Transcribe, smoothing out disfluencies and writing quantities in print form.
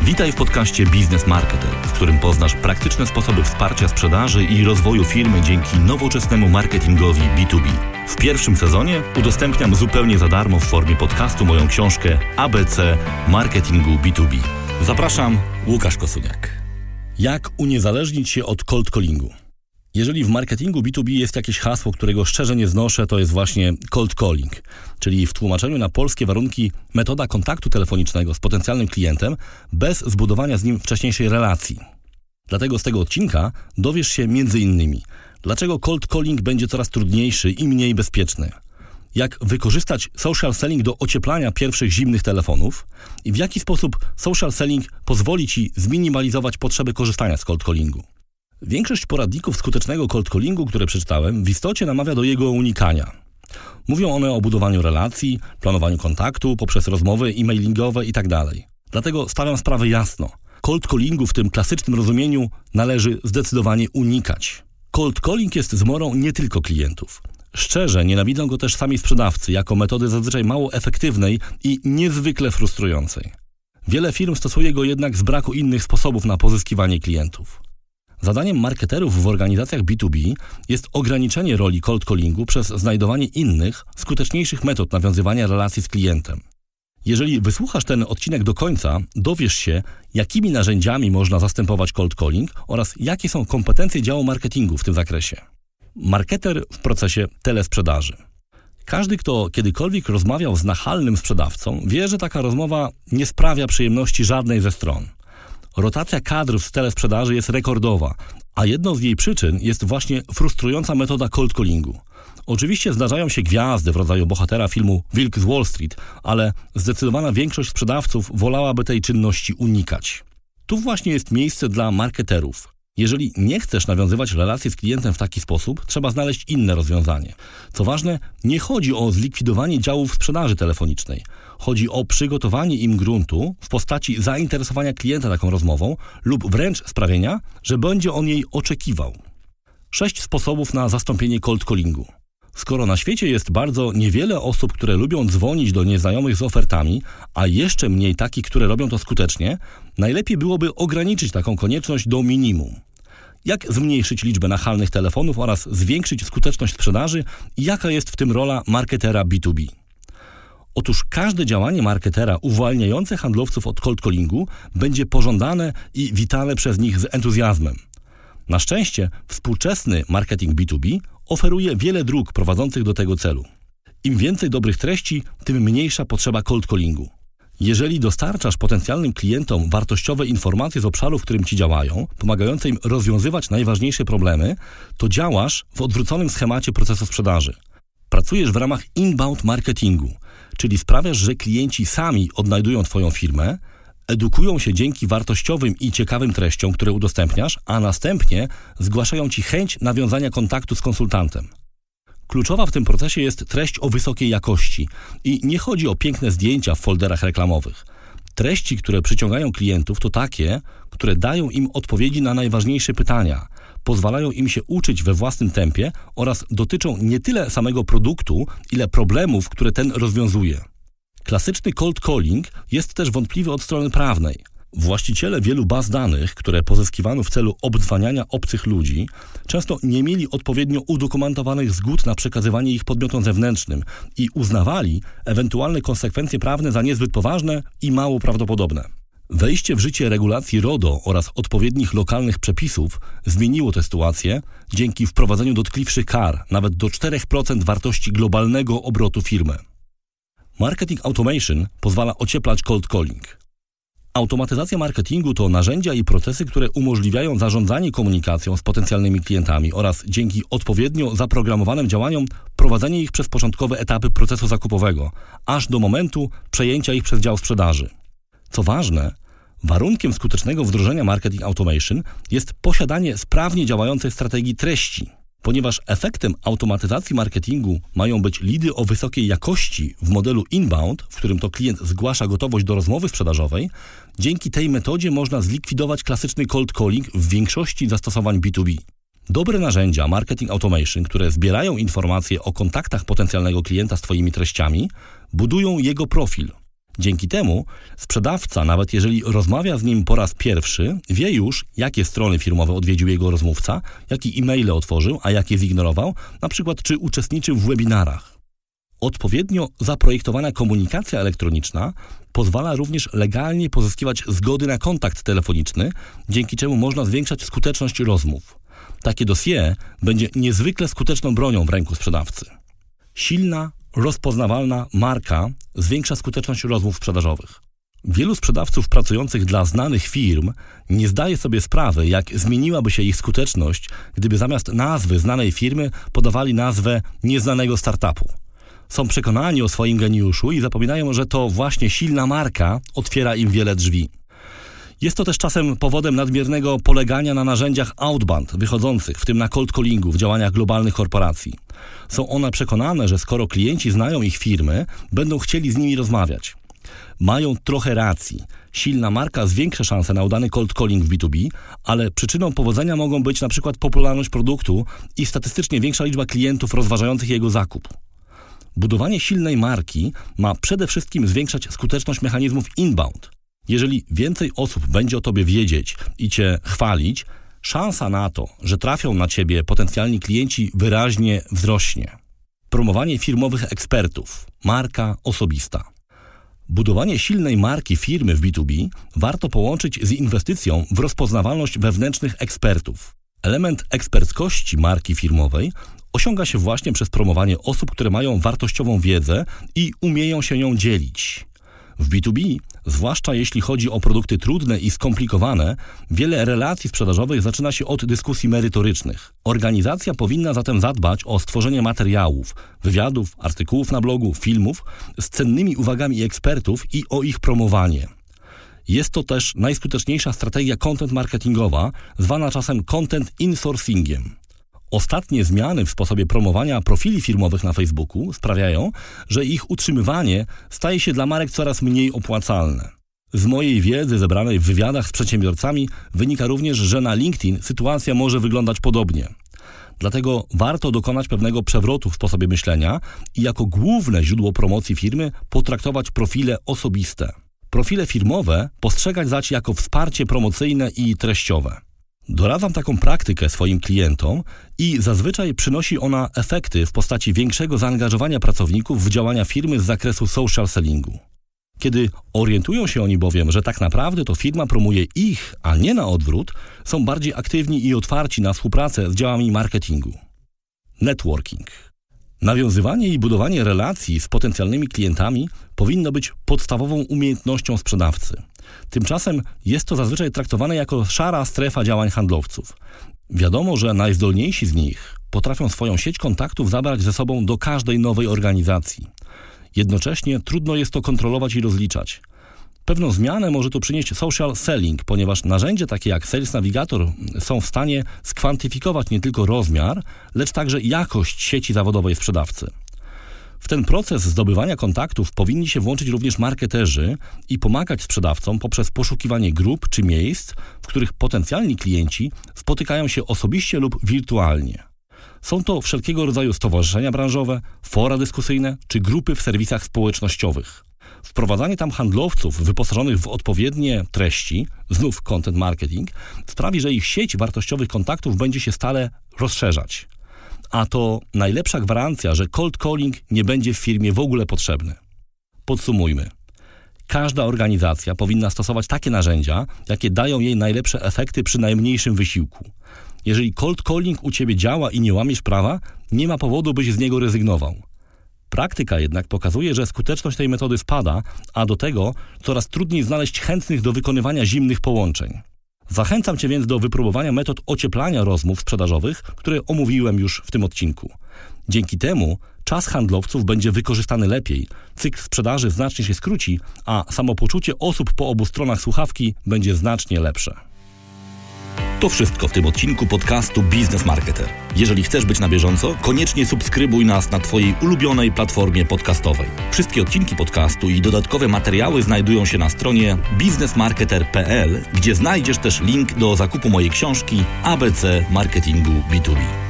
Witaj w podcaście Biznes Marketer, w którym poznasz praktyczne sposoby wsparcia sprzedaży i rozwoju firmy dzięki nowoczesnemu marketingowi B2B. W pierwszym sezonie udostępniam zupełnie za darmo w formie podcastu moją książkę ABC Marketingu B2B. Zapraszam, Łukasz Kosuniak. Jak uniezależnić się od cold callingu? Jeżeli w marketingu B2B jest jakieś hasło, którego szczerze nie znoszę, to jest właśnie cold calling, czyli w tłumaczeniu na polskie warunki metoda kontaktu telefonicznego z potencjalnym klientem bez zbudowania z nim wcześniejszej relacji. Dlatego z tego odcinka dowiesz się m.in. dlaczego cold calling będzie coraz trudniejszy i mniej bezpieczny, jak wykorzystać social selling do ocieplania pierwszych zimnych telefonów i w jaki sposób social selling pozwoli Ci zminimalizować potrzeby korzystania z cold callingu. Większość poradników skutecznego cold callingu, które przeczytałem, w istocie namawia do jego unikania. Mówią one o budowaniu relacji, planowaniu kontaktu poprzez rozmowy e-mailingowe itd. Dlatego stawiam sprawę jasno. Cold callingu w tym klasycznym rozumieniu należy zdecydowanie unikać. Cold calling jest zmorą nie tylko klientów. Szczerze nienawidzą go też sami sprzedawcy jako metody zazwyczaj mało efektywnej i niezwykle frustrującej. Wiele firm stosuje go jednak z braku innych sposobów na pozyskiwanie klientów. Zadaniem marketerów w organizacjach B2B jest ograniczenie roli cold callingu przez znajdowanie innych, skuteczniejszych metod nawiązywania relacji z klientem. Jeżeli wysłuchasz ten odcinek do końca, dowiesz się, jakimi narzędziami można zastępować cold calling oraz jakie są kompetencje działu marketingu w tym zakresie. Marketer w procesie telesprzedaży. Każdy, kto kiedykolwiek rozmawiał z nachalnym sprzedawcą, wie, że taka rozmowa nie sprawia przyjemności żadnej ze stron. Rotacja kadr w telesprzedaży jest rekordowa, a jedną z jej przyczyn jest właśnie frustrująca metoda cold callingu. Oczywiście zdarzają się gwiazdy w rodzaju bohatera filmu Wilk z Wall Street, ale zdecydowana większość sprzedawców wolałaby tej czynności unikać. Tu właśnie jest miejsce dla marketerów. Jeżeli nie chcesz nawiązywać relacji z klientem w taki sposób, trzeba znaleźć inne rozwiązanie. Co ważne, nie chodzi o zlikwidowanie działów sprzedaży telefonicznej. Chodzi o przygotowanie im gruntu w postaci zainteresowania klienta taką rozmową lub wręcz sprawienia, że będzie on jej oczekiwał. 6 sposobów na zastąpienie cold callingu. Skoro na świecie jest bardzo niewiele osób, które lubią dzwonić do nieznajomych z ofertami, a jeszcze mniej takich, które robią to skutecznie, najlepiej byłoby ograniczyć taką konieczność do minimum. Jak zmniejszyć liczbę nachalnych telefonów oraz zwiększyć skuteczność sprzedaży i jaka jest w tym rola marketera B2B? Otóż każde działanie marketera uwalniające handlowców od cold callingu będzie pożądane i witane przez nich z entuzjazmem. Na szczęście współczesny marketing B2B oferuje wiele dróg prowadzących do tego celu. Im więcej dobrych treści, tym mniejsza potrzeba cold callingu. Jeżeli dostarczasz potencjalnym klientom wartościowe informacje z obszaru, w którym ci działają, pomagające im rozwiązywać najważniejsze problemy, to działasz w odwróconym schemacie procesu sprzedaży. Pracujesz w ramach inbound marketingu, czyli sprawiasz, że klienci sami odnajdują Twoją firmę, edukują się dzięki wartościowym i ciekawym treściom, które udostępniasz, a następnie zgłaszają Ci chęć nawiązania kontaktu z konsultantem. Kluczowa w tym procesie jest treść o wysokiej jakości i nie chodzi o piękne zdjęcia w folderach reklamowych. Treści, które przyciągają klientów, to takie, które dają im odpowiedzi na najważniejsze pytania, pozwalają im się uczyć we własnym tempie oraz dotyczą nie tyle samego produktu, ile problemów, które ten rozwiązuje. Klasyczny cold calling jest też wątpliwy od strony prawnej. Właściciele wielu baz danych, które pozyskiwano w celu obdzwaniania obcych ludzi, często nie mieli odpowiednio udokumentowanych zgód na przekazywanie ich podmiotom zewnętrznym i uznawali ewentualne konsekwencje prawne za niezbyt poważne i mało prawdopodobne. Wejście w życie regulacji RODO oraz odpowiednich lokalnych przepisów zmieniło tę sytuację dzięki wprowadzeniu dotkliwszych kar, nawet do 4% wartości globalnego obrotu firmy. Marketing Automation pozwala ocieplać cold calling. Automatyzacja marketingu to narzędzia i procesy, które umożliwiają zarządzanie komunikacją z potencjalnymi klientami oraz dzięki odpowiednio zaprogramowanym działaniom prowadzenie ich przez początkowe etapy procesu zakupowego, aż do momentu przejęcia ich przez dział sprzedaży. Co ważne, warunkiem skutecznego wdrożenia Marketing Automation jest posiadanie sprawnie działającej strategii treści. Ponieważ efektem automatyzacji marketingu mają być lidy o wysokiej jakości w modelu inbound, w którym to klient zgłasza gotowość do rozmowy sprzedażowej, dzięki tej metodzie można zlikwidować klasyczny cold calling w większości zastosowań B2B. Dobre narzędzia Marketing Automation, które zbierają informacje o kontaktach potencjalnego klienta z Twoimi treściami, budują jego profil. Dzięki temu sprzedawca, nawet jeżeli rozmawia z nim po raz pierwszy, wie już, jakie strony firmowe odwiedził jego rozmówca, jakie e-maile otworzył, a jakie zignorował, na przykład czy uczestniczył w webinarach. Odpowiednio zaprojektowana komunikacja elektroniczna pozwala również legalnie pozyskiwać zgody na kontakt telefoniczny, dzięki czemu można zwiększać skuteczność rozmów. Takie dossier będzie niezwykle skuteczną bronią w ręku sprzedawcy. Silna, rozpoznawalna marka zwiększa skuteczność rozmów sprzedażowych. Wielu sprzedawców pracujących dla znanych firm nie zdaje sobie sprawy, jak zmieniłaby się ich skuteczność, gdyby zamiast nazwy znanej firmy podawali nazwę nieznanego startupu. Są przekonani o swoim geniuszu i zapominają, że to właśnie silna marka otwiera im wiele drzwi. Jest to też czasem powodem nadmiernego polegania na narzędziach outbound wychodzących, w tym na cold callingu w działaniach globalnych korporacji. Są one przekonane, że skoro klienci znają ich firmy, będą chcieli z nimi rozmawiać. Mają trochę racji. Silna marka zwiększa szanse na udany cold calling w B2B, ale przyczyną powodzenia mogą być np. popularność produktu i statystycznie większa liczba klientów rozważających jego zakup. Budowanie silnej marki ma przede wszystkim zwiększać skuteczność mechanizmów inbound. Jeżeli więcej osób będzie o tobie wiedzieć i cię chwalić, szansa na to, że trafią na ciebie potencjalni klienci, wyraźnie wzrośnie. Promowanie firmowych ekspertów. Marka osobista. Budowanie silnej marki firmy w B2B warto połączyć z inwestycją w rozpoznawalność wewnętrznych ekspertów. Element eksperckości marki firmowej osiąga się właśnie przez promowanie osób, które mają wartościową wiedzę i umieją się nią dzielić. W B2B, zwłaszcza jeśli chodzi o produkty trudne i skomplikowane, wiele relacji sprzedażowych zaczyna się od dyskusji merytorycznych. Organizacja powinna zatem zadbać o stworzenie materiałów, wywiadów, artykułów na blogu, filmów z cennymi uwagami ekspertów i o ich promowanie. Jest to też najskuteczniejsza strategia content marketingowa, zwana czasem content insourcingiem. Ostatnie zmiany w sposobie promowania profili firmowych na Facebooku sprawiają, że ich utrzymywanie staje się dla marek coraz mniej opłacalne. Z mojej wiedzy zebranej w wywiadach z przedsiębiorcami wynika również, że na LinkedIn sytuacja może wyglądać podobnie. Dlatego warto dokonać pewnego przewrotu w sposobie myślenia i jako główne źródło promocji firmy potraktować profile osobiste. Profile firmowe postrzegać zaś jako wsparcie promocyjne i treściowe. Doradzam taką praktykę swoim klientom i zazwyczaj przynosi ona efekty w postaci większego zaangażowania pracowników w działania firmy z zakresu social sellingu. Kiedy orientują się oni bowiem, że tak naprawdę to firma promuje ich, a nie na odwrót, są bardziej aktywni i otwarci na współpracę z działami marketingu. Networking. Nawiązywanie i budowanie relacji z potencjalnymi klientami powinno być podstawową umiejętnością sprzedawcy. Tymczasem jest to zazwyczaj traktowane jako szara strefa działań handlowców. Wiadomo, że najzdolniejsi z nich potrafią swoją sieć kontaktów zabrać ze sobą do każdej nowej organizacji. Jednocześnie trudno jest to kontrolować i rozliczać. Pewną zmianę może tu przynieść social selling, ponieważ narzędzia takie jak Sales Navigator są w stanie skwantyfikować nie tylko rozmiar, lecz także jakość sieci zawodowej sprzedawcy. W ten proces zdobywania kontaktów powinni się włączyć również marketerzy i pomagać sprzedawcom poprzez poszukiwanie grup czy miejsc, w których potencjalni klienci spotykają się osobiście lub wirtualnie. Są to wszelkiego rodzaju stowarzyszenia branżowe, fora dyskusyjne czy grupy w serwisach społecznościowych. Wprowadzanie tam handlowców wyposażonych w odpowiednie treści, znów content marketing, sprawi, że ich sieć wartościowych kontaktów będzie się stale rozszerzać. A to najlepsza gwarancja, że cold calling nie będzie w firmie w ogóle potrzebny. Podsumujmy. Każda organizacja powinna stosować takie narzędzia, jakie dają jej najlepsze efekty przy najmniejszym wysiłku. Jeżeli cold calling u ciebie działa i nie łamiesz prawa, nie ma powodu, byś z niego rezygnował. Praktyka jednak pokazuje, że skuteczność tej metody spada, a do tego coraz trudniej znaleźć chętnych do wykonywania zimnych połączeń. Zachęcam cię więc do wypróbowania metod ocieplania rozmów sprzedażowych, które omówiłem już w tym odcinku. Dzięki temu czas handlowców będzie wykorzystany lepiej, cykl sprzedaży znacznie się skróci, a samopoczucie osób po obu stronach słuchawki będzie znacznie lepsze. To wszystko w tym odcinku podcastu Biznes Marketer. Jeżeli chcesz być na bieżąco, koniecznie subskrybuj nas na twojej ulubionej platformie podcastowej. Wszystkie odcinki podcastu i dodatkowe materiały znajdują się na stronie biznesmarketer.pl, gdzie znajdziesz też link do zakupu mojej książki ABC Marketingu B2B.